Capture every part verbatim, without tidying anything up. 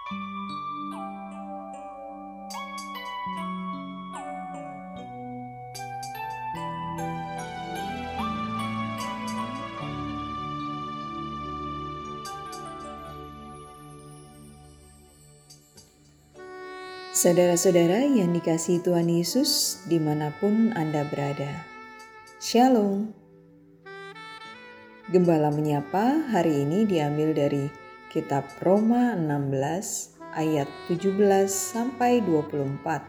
Saudara-saudara yang dikasihi Tuhan Yesus dimanapun Anda berada, Shalom. Gembala menyapa hari ini diambil dari kitab Roma enam belas ayat tujuh belas sampai dua puluh empat.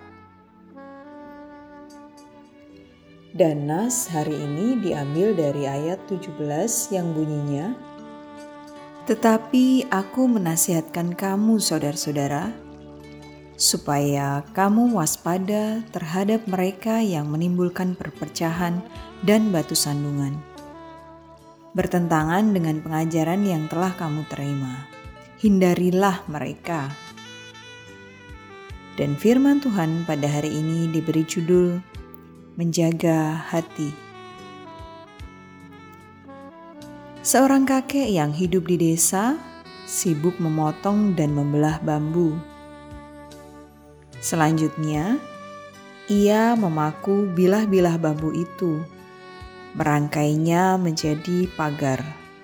Dan nas hari ini diambil dari ayat tujuh belas yang bunyinya, "Tetapi aku menasihatkan kamu saudara-saudara, supaya kamu waspada terhadap mereka yang menimbulkan perpecahan dan batu sandungan, bertentangan dengan pengajaran yang telah kamu terima. Hindarilah mereka." Dan firman Tuhan pada hari ini diberi judul Menjaga Hati. Seorang kakek yang hidup di desa sibuk memotong dan membelah bambu. Selanjutnya, ia memaku bilah-bilah bambu itu, merangkainya menjadi pagar.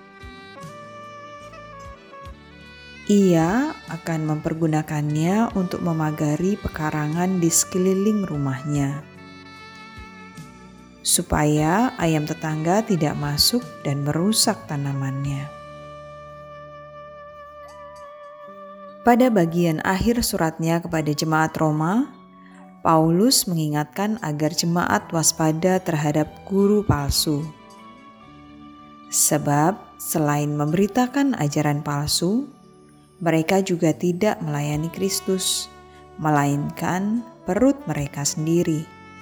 Ia akan mempergunakannya untuk memagari pekarangan di sekeliling rumahnya, supaya ayam tetangga tidak masuk dan merusak tanamannya. Pada bagian akhir suratnya kepada jemaat Roma, Paulus mengingatkan agar jemaat waspada terhadap guru palsu. Sebab selain memberitakan ajaran palsu, mereka juga tidak melayani Kristus, melainkan perut mereka sendiri.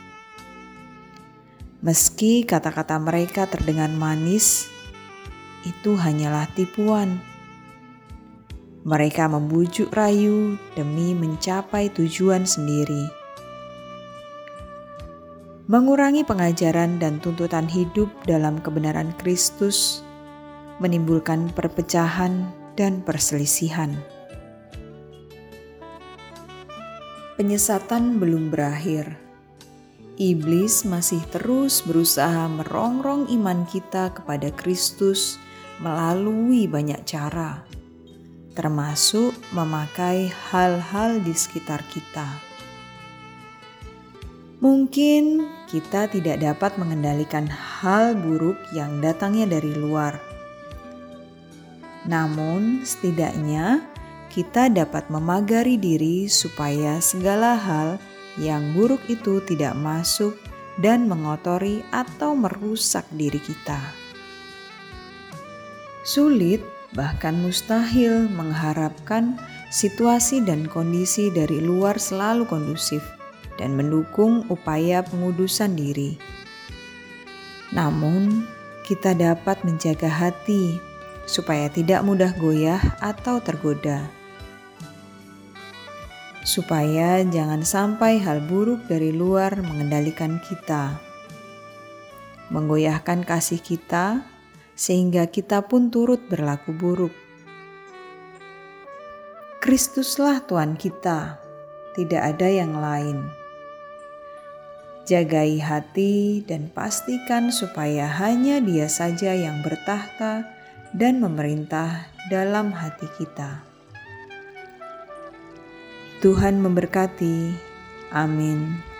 Meski kata-kata mereka terdengar manis, itu hanyalah tipuan. Mereka membujuk rayu demi mencapai tujuan sendiri. Mengurangi pengajaran dan tuntutan hidup dalam kebenaran Kristus menimbulkan perpecahan dan perselisihan. Penyesatan belum berakhir. Iblis masih terus berusaha merongrong iman kita kepada Kristus melalui banyak cara, termasuk memakai hal-hal di sekitar kita. Mungkin kita tidak dapat mengendalikan hal buruk yang datangnya dari luar. Namun, setidaknya kita dapat memagari diri supaya segala hal yang buruk itu tidak masuk dan mengotori atau merusak diri kita. Sulit, bahkan mustahil mengharapkan situasi dan kondisi dari luar selalu kondusif dan mendukung upaya pengudusan diri. Namun, kita dapat menjaga hati supaya tidak mudah goyah atau tergoda. Supaya jangan sampai hal buruk dari luar mengendalikan kita, menggoyahkan kasih kita, sehingga kita pun turut berlaku buruk. Kristuslah Tuhan kita, tidak ada yang lain. Jagai hati dan pastikan supaya hanya Dia saja yang bertahta dan memerintah dalam hati kita. Tuhan memberkati. Amin.